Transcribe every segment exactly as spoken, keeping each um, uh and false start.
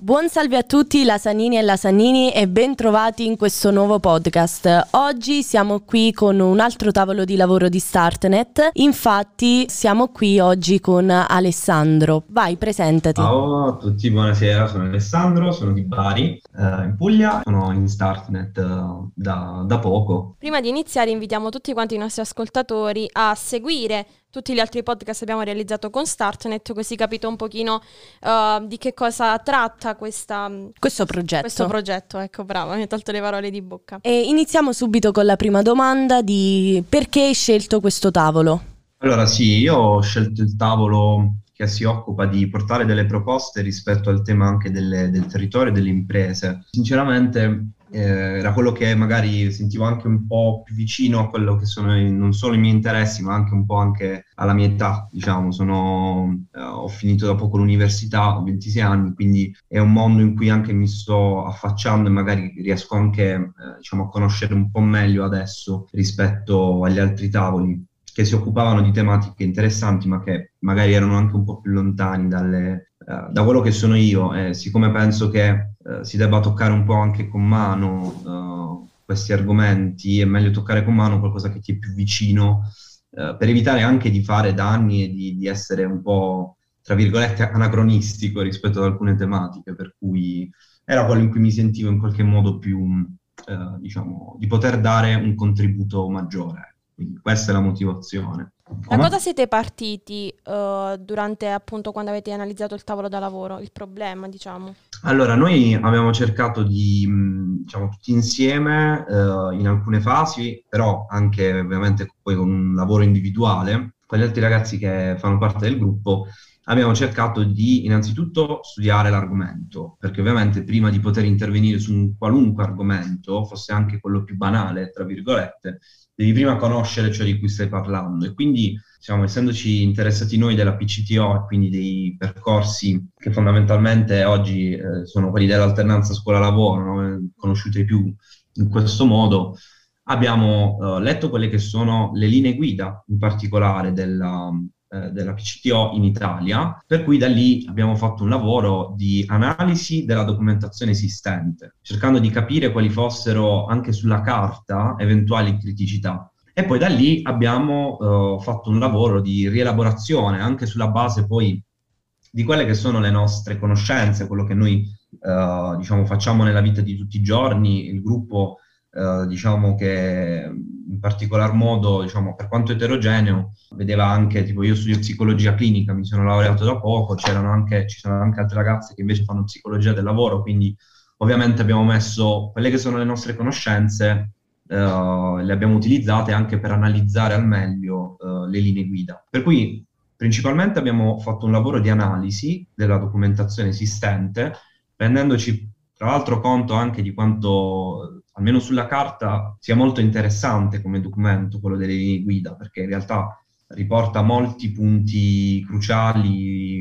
Buon salve a tutti, Lasannini e Lasannini, e ben trovati in questo nuovo podcast. Oggi siamo qui con un altro tavolo di lavoro di Startnet. Infatti siamo qui oggi con Alessandro. Vai, presentati. Ciao a tutti, buonasera, sono Alessandro, sono di Bari, eh, in Puglia, sono in Startnet eh, da, da poco. Prima di iniziare invitiamo tutti quanti i nostri ascoltatori a seguire tutti gli altri podcast che abbiamo realizzato con Startnet, così capite un pochino uh, di che cosa tratta questa, questo progetto. Questo progetto, ecco, brava, mi hai tolto le parole di bocca. E iniziamo subito con la prima domanda di perché hai scelto questo tavolo? Allora sì, io ho scelto il tavolo che si occupa di portare delle proposte rispetto al tema anche delle, del territorio e delle imprese. Sinceramente eh, era quello che magari sentivo anche un po' più vicino a quello che sono i, non solo i miei interessi, ma anche un po' anche alla mia età, diciamo. Sono, eh, ho finito da poco l'università, ho ventisei anni, quindi è un mondo in cui anche mi sto affacciando e magari riesco anche eh, diciamo, a conoscere un po' meglio adesso rispetto agli altri tavoli che si occupavano di tematiche interessanti, ma che magari erano anche un po' più lontani dalle, uh, da quello che sono io. E siccome penso che uh, si debba toccare un po' anche con mano uh, questi argomenti, è meglio toccare con mano qualcosa che ti è più vicino, uh, per evitare anche di fare danni e di, di essere un po', tra virgolette, anacronistico rispetto ad alcune tematiche, per cui era quello in cui mi sentivo in qualche modo più, uh, diciamo, di poter dare un contributo maggiore. Quindi questa è la motivazione. Da cosa siete partiti uh, durante, appunto, quando avete analizzato il tavolo da lavoro, il problema, diciamo? Allora, noi abbiamo cercato di, diciamo, tutti insieme, uh, in alcune fasi, però anche ovviamente poi con un lavoro individuale, con gli altri ragazzi che fanno parte del gruppo, abbiamo cercato di innanzitutto studiare l'argomento, perché ovviamente prima di poter intervenire su un qualunque argomento, fosse anche quello più banale, tra virgolette, devi prima conoscere ciò di cui stai parlando. E quindi, diciamo, essendoci interessati noi della P C T O e quindi dei percorsi che fondamentalmente oggi eh, sono quelli dell'alternanza scuola-lavoro, no? Conosciuti più in questo modo, abbiamo eh, letto quelle che sono le linee guida, in particolare della, eh, della P C T O in Italia, per cui da lì abbiamo fatto un lavoro di analisi della documentazione esistente, cercando di capire quali fossero anche sulla carta eventuali criticità. E poi da lì abbiamo eh, fatto un lavoro di rielaborazione, anche sulla base poi di quelle che sono le nostre conoscenze, quello che noi eh, diciamo, facciamo nella vita di tutti i giorni. Il gruppo Uh, diciamo che in particolar modo, diciamo, per quanto eterogeneo, vedeva anche, tipo, io studio psicologia clinica, mi sono laureato da poco, c'erano anche, ci sono anche altre ragazze che invece fanno psicologia del lavoro, quindi ovviamente abbiamo messo quelle che sono le nostre conoscenze, uh, le abbiamo utilizzate anche per analizzare al meglio uh, le linee guida. Per cui principalmente abbiamo fatto un lavoro di analisi della documentazione esistente, rendendoci tra l'altro conto anche di quanto, almeno sulla carta, sia molto interessante come documento quello delle linee guida, perché in realtà riporta molti punti cruciali,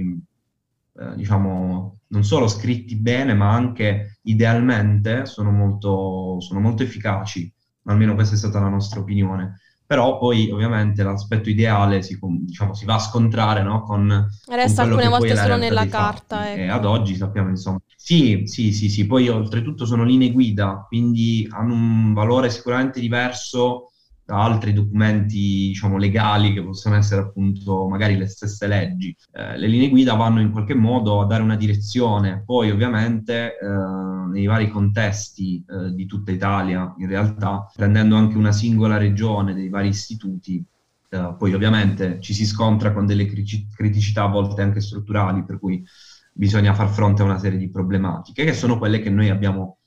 eh, diciamo, non solo scritti bene, ma anche idealmente sono molto, sono molto efficaci, almeno questa è stata la nostra opinione. Però poi ovviamente l'aspetto ideale si, diciamo, si va a scontrare, no, con, resta con alcune volte solo nella carta. Ecco. E ad oggi sappiamo, insomma, sì, sì, sì, sì, poi oltretutto sono linee guida, quindi hanno un valore sicuramente diverso da altri documenti, diciamo, legali, che possono essere appunto magari le stesse leggi. Eh, le linee guida vanno in qualche modo a dare una direzione, poi ovviamente eh, nei vari contesti eh, di tutta Italia, in realtà, prendendo anche una singola regione dei vari istituti, eh, poi ovviamente ci si scontra con delle criticità a volte anche strutturali, per cui bisogna far fronte a una serie di problematiche, che sono quelle che noi abbiamo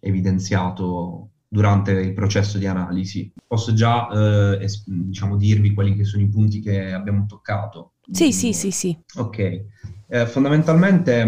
evidenziato durante il processo di analisi. Posso già eh, es- diciamo dirvi quelli che sono i punti che abbiamo toccato? Sì, mm. sì, sì, sì. Ok. Eh, fondamentalmente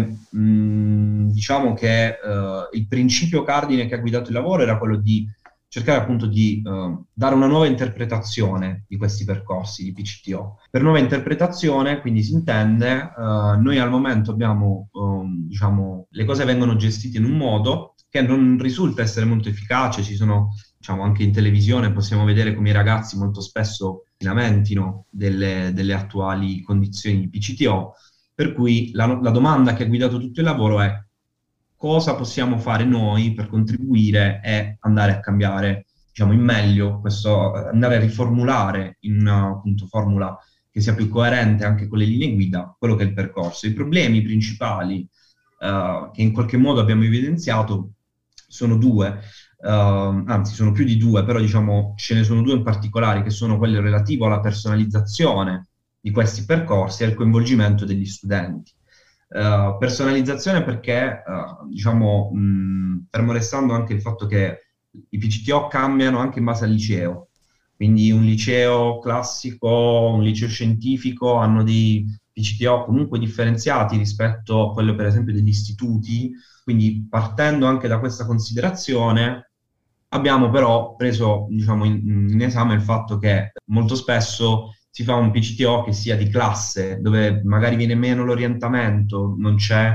mh, diciamo che eh, il principio cardine che ha guidato il lavoro era quello di cercare appunto di eh, dare una nuova interpretazione di questi percorsi di P C T O. Per nuova interpretazione, quindi si intende, eh, noi al momento abbiamo, eh, diciamo, le cose vengono gestite in un modo che non risulta essere molto efficace. Ci sono, diciamo, anche in televisione possiamo vedere come i ragazzi molto spesso si lamentino delle, delle attuali condizioni di P C T O, per cui la, la domanda che ha guidato tutto il lavoro è: cosa possiamo fare noi per contribuire e andare a cambiare, diciamo, in meglio questo, andare a riformulare in una appunto formula che sia più coerente anche con le linee guida quello che è il percorso. I problemi principali uh, che in qualche modo abbiamo evidenziato sono due, uh, anzi sono più di due, però diciamo ce ne sono due in particolare, che sono quello relativo alla personalizzazione di questi percorsi e al coinvolgimento degli studenti. Uh, personalizzazione perché, uh, diciamo, mh, fermo restando anche il fatto che i P C T O cambiano anche in base al liceo, quindi un liceo classico, un liceo scientifico hanno dei P C T O comunque differenziati rispetto a quello per esempio degli istituti, quindi partendo anche da questa considerazione abbiamo però preso, diciamo, in, in esame il fatto che molto spesso si fa un P C T O che sia di classe, dove magari viene meno l'orientamento, non c'è,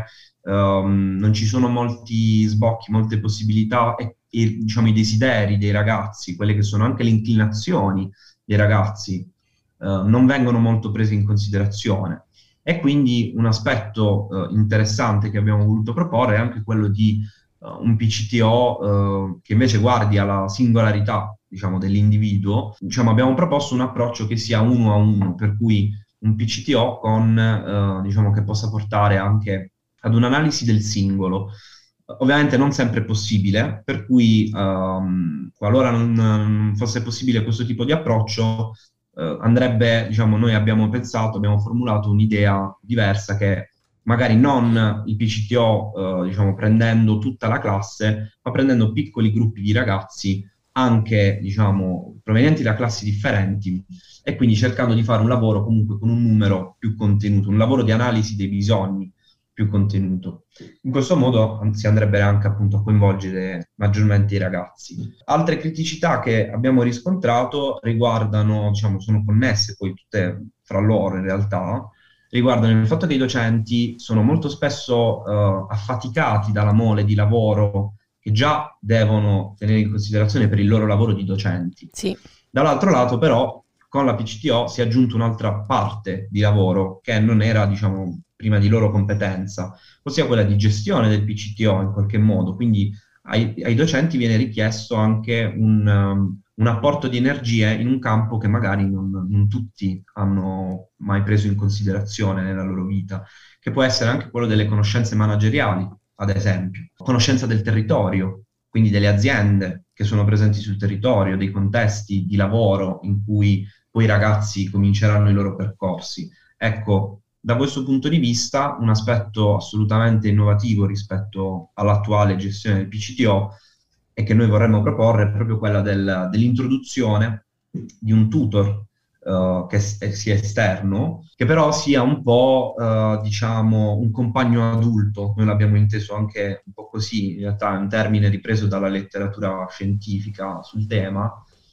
um, non ci sono molti sbocchi, molte possibilità e, e diciamo i desideri dei ragazzi, quelle che sono anche le inclinazioni dei ragazzi, uh, non vengono molto prese in considerazione. E quindi un aspetto uh, interessante che abbiamo voluto proporre è anche quello di uh, un P C T O uh, che invece guardi alla singolarità, diciamo, dell'individuo. Diciamo, abbiamo proposto un approccio che sia uno a uno, per cui un P C T O con, uh, diciamo, che possa portare anche ad un'analisi del singolo. Ovviamente non sempre è possibile, per cui um, qualora non, non fosse possibile questo tipo di approccio, Uh, andrebbe, diciamo, noi abbiamo pensato, abbiamo formulato un'idea diversa che magari non il P C T O, uh, diciamo, prendendo tutta la classe, ma prendendo piccoli gruppi di ragazzi, anche, diciamo, provenienti da classi differenti, e quindi cercando di fare un lavoro comunque con un numero più contenuto, un lavoro di analisi dei bisogni più contenuto. In questo modo si andrebbe anche appunto a coinvolgere maggiormente i ragazzi. Altre criticità che abbiamo riscontrato riguardano, diciamo, sono connesse poi tutte fra loro in realtà, riguardano il fatto che i docenti sono molto spesso uh, affaticati dalla mole di lavoro che già devono tenere in considerazione per il loro lavoro di docenti. Sì. Dall'altro lato però con la P C T O si è aggiunta un'altra parte di lavoro che non era, diciamo, prima di loro competenza, ossia quella di gestione del P C T O in qualche modo. Quindi ai, ai docenti viene richiesto anche un, um, un apporto di energie in un campo che magari non, non tutti hanno mai preso in considerazione nella loro vita, che può essere anche quello delle conoscenze manageriali, ad esempio, conoscenza del territorio, quindi delle aziende che sono presenti sul territorio, dei contesti di lavoro in cui poi i ragazzi cominceranno i loro percorsi. Ecco, da questo punto di vista, un aspetto assolutamente innovativo rispetto all'attuale gestione del P C T O e che noi vorremmo proporre è proprio quella del, dell'introduzione di un tutor uh, che sia esterno, che però sia un po', uh, diciamo, un compagno adulto. Noi l'abbiamo inteso anche un po' così, in realtà è un termine ripreso dalla letteratura scientifica sul tema,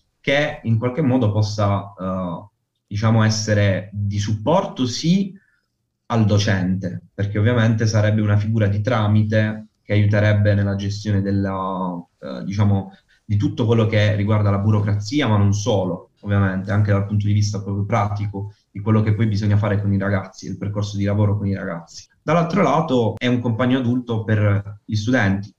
che in qualche modo possa, uh, diciamo, essere di supporto sì al docente, perché ovviamente sarebbe una figura di tramite che aiuterebbe nella gestione della, uh, diciamo, di tutto quello che riguarda la burocrazia, ma non solo, ovviamente, anche dal punto di vista proprio pratico, di quello che poi bisogna fare con i ragazzi, il percorso di lavoro con i ragazzi. Dall'altro lato è un compagno adulto per gli studenti,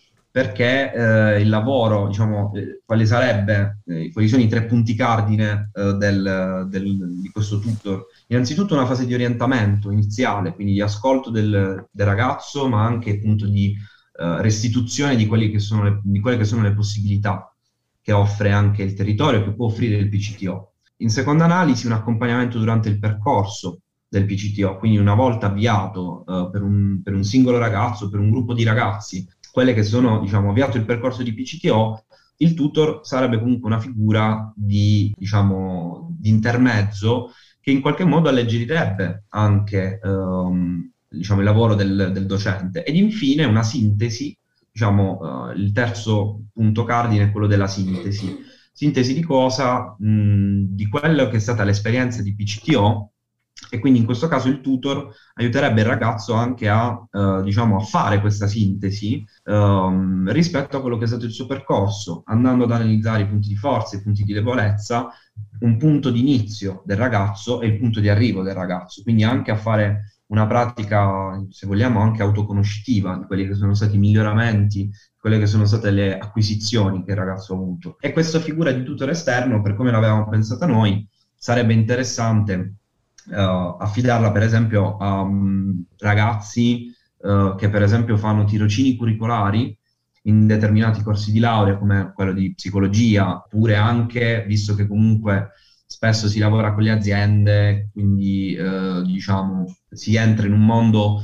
perché eh, il lavoro, diciamo, eh, quale sarebbe, eh, quali sono i tre punti cardine eh, del, del, di questo tutor? Innanzitutto una fase di orientamento iniziale, quindi di ascolto del, del ragazzo, ma anche appunto di eh, restituzione di, quelli che sono le, di quelle che sono le possibilità che offre anche il territorio, che può offrire il P C T O. In seconda analisi un accompagnamento durante il percorso del P C T O, quindi una volta avviato eh, per, un, per un singolo ragazzo, per un gruppo di ragazzi, quelle che sono, diciamo, avviato il percorso di P C T O, il tutor sarebbe comunque una figura di, diciamo, di intermezzo che in qualche modo alleggerirebbe anche ehm, diciamo, il lavoro del, del docente. Ed infine una sintesi, diciamo, eh, il terzo punto cardine è quello della sintesi. Sintesi di cosa? Mh, di quello che è stata l'esperienza di P C T O, e quindi in questo caso il tutor aiuterebbe il ragazzo anche a, eh, diciamo, a fare questa sintesi ehm, rispetto a quello che è stato il suo percorso, andando ad analizzare i punti di forza, i punti di debolezza, un punto di inizio del ragazzo e il punto di arrivo del ragazzo, quindi anche a fare una pratica, se vogliamo, anche autoconoscitiva di quelli che sono stati i miglioramenti, quelle che sono state le acquisizioni che il ragazzo ha avuto. E questa figura di tutore esterno, per come l'avevamo pensata noi, sarebbe interessante uh, affidarla per esempio a um, ragazzi uh, che per esempio fanno tirocini curricolari in determinati corsi di laurea come quello di psicologia, oppure anche, visto che comunque spesso si lavora con le aziende, quindi uh, diciamo si entra in un mondo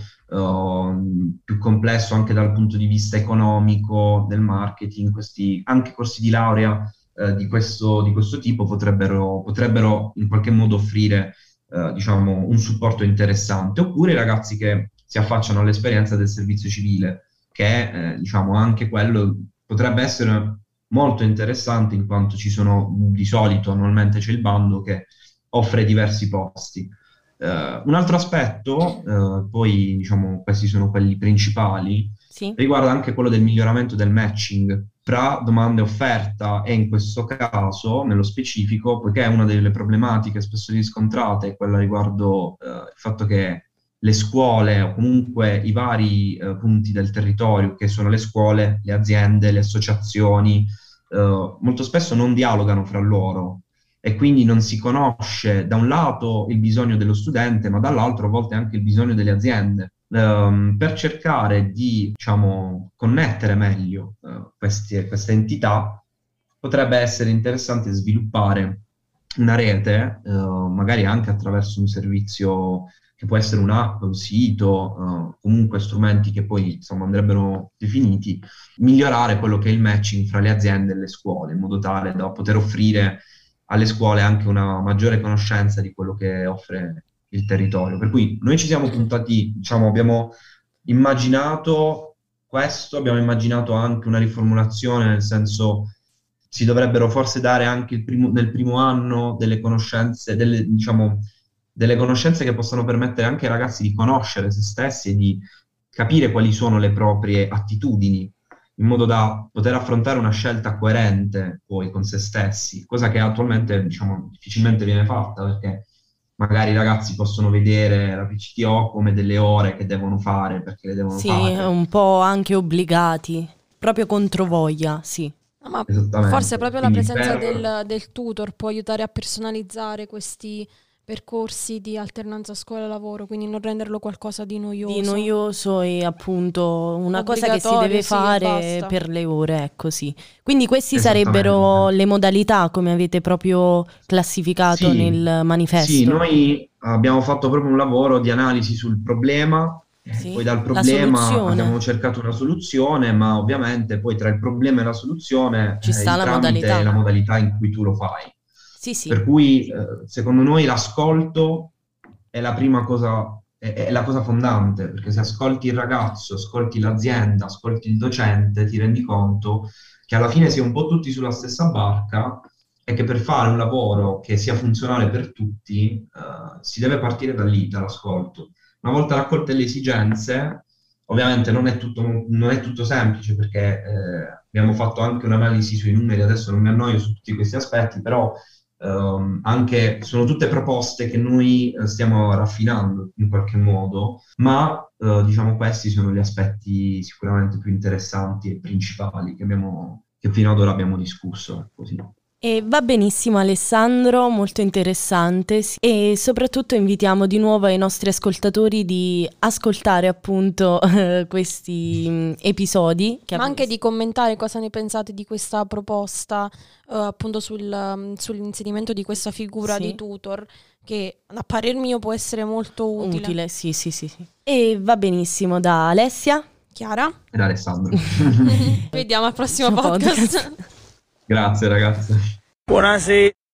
uh, più complesso anche dal punto di vista economico, del marketing, questi anche corsi di laurea uh, di, questo, di questo tipo potrebbero, potrebbero in qualche modo offrire uh, diciamo, un supporto interessante, oppure i ragazzi che si affacciano all'esperienza del servizio civile, che eh, diciamo anche quello potrebbe essere molto interessante in quanto ci sono di solito, annualmente c'è il bando che offre diversi posti. Uh, un altro aspetto, uh, poi diciamo questi sono quelli principali, sì, riguarda anche quello del miglioramento del matching tra domanda e offerta, e in questo caso, nello specifico, poiché una delle problematiche spesso riscontrate è quella riguardo uh, il fatto che le scuole o comunque i vari uh, punti del territorio, che sono le scuole, le aziende, le associazioni, uh, molto spesso non dialogano fra loro e quindi non si conosce da un lato il bisogno dello studente, ma dall'altro a volte anche il bisogno delle aziende. Um, per cercare di, diciamo, connettere meglio uh, queste, queste entità, potrebbe essere interessante sviluppare una rete, uh, magari anche attraverso un servizio che può essere un'app, un sito, uh, comunque strumenti che poi insomma andrebbero definiti, migliorare quello che è il matching fra le aziende e le scuole, in modo tale da poter offrire alle scuole anche una maggiore conoscenza di quello che offre il territorio. Per cui noi ci siamo puntati, diciamo, abbiamo immaginato questo, abbiamo immaginato anche una riformulazione, nel senso si dovrebbero forse dare anche il primo, nel primo anno delle conoscenze, delle, diciamo, delle conoscenze che possano permettere anche ai ragazzi di conoscere se stessi e di capire quali sono le proprie attitudini, in modo da poter affrontare una scelta coerente poi con se stessi, cosa che attualmente, diciamo, difficilmente viene fatta, perché magari i ragazzi possono vedere la P C T O come delle ore che devono fare, perché le devono sì, fare. un po' anche obbligati, proprio controvoglia, sì. No, ma Esattamente. forse proprio la Quindi presenza per- del, del tutor può aiutare a personalizzare questi percorsi di alternanza scuola-lavoro, quindi non renderlo qualcosa di noioso. Di noioso e appunto una cosa che si Obbligatorio, deve sì, fare basta. per le ore, ecco sì. Quindi questi Esattamente. sarebbero le modalità come avete proprio classificato Sì, nel manifesto. Sì, noi abbiamo fatto proprio un lavoro di analisi sul problema, eh, Sì, poi dal la problema soluzione. abbiamo cercato una soluzione, ma ovviamente poi tra il problema e la soluzione Ci eh, sta il la tramite modalità. è la modalità in cui tu lo fai. Sì, sì. Per cui eh, secondo noi l'ascolto è la prima cosa, è, è la cosa fondante, perché se ascolti il ragazzo, ascolti l'azienda, ascolti il docente, ti rendi conto che alla fine siamo un po' tutti sulla stessa barca e che per fare un lavoro che sia funzionale per tutti eh, si deve partire da lì, dall'ascolto. Una volta raccolte le esigenze, ovviamente non è tutto, non è tutto semplice, perché eh, abbiamo fatto anche un'analisi sui numeri, adesso non mi annoio su tutti questi aspetti, però ehm, anche sono tutte proposte che noi eh, stiamo raffinando in qualche modo, ma eh, diciamo questi sono gli aspetti sicuramente più interessanti e principali che abbiamo, che fino ad ora abbiamo discusso, così. E va benissimo Alessandro, molto interessante sì. E soprattutto invitiamo di nuovo i nostri ascoltatori di ascoltare appunto eh, questi mh, episodi. Che Ma abbiamo- anche di commentare cosa ne pensate di questa proposta, eh, appunto sul, um, sull'inserimento di questa figura Sì. di tutor, che a parer mio può essere molto utile. utile. Sì, sì, sì, sì. E va benissimo da Alessia. Chiara? Ed Alessandro. Vediamo al prossimo Prossimo podcast. Grazie ragazzi. Buonasera.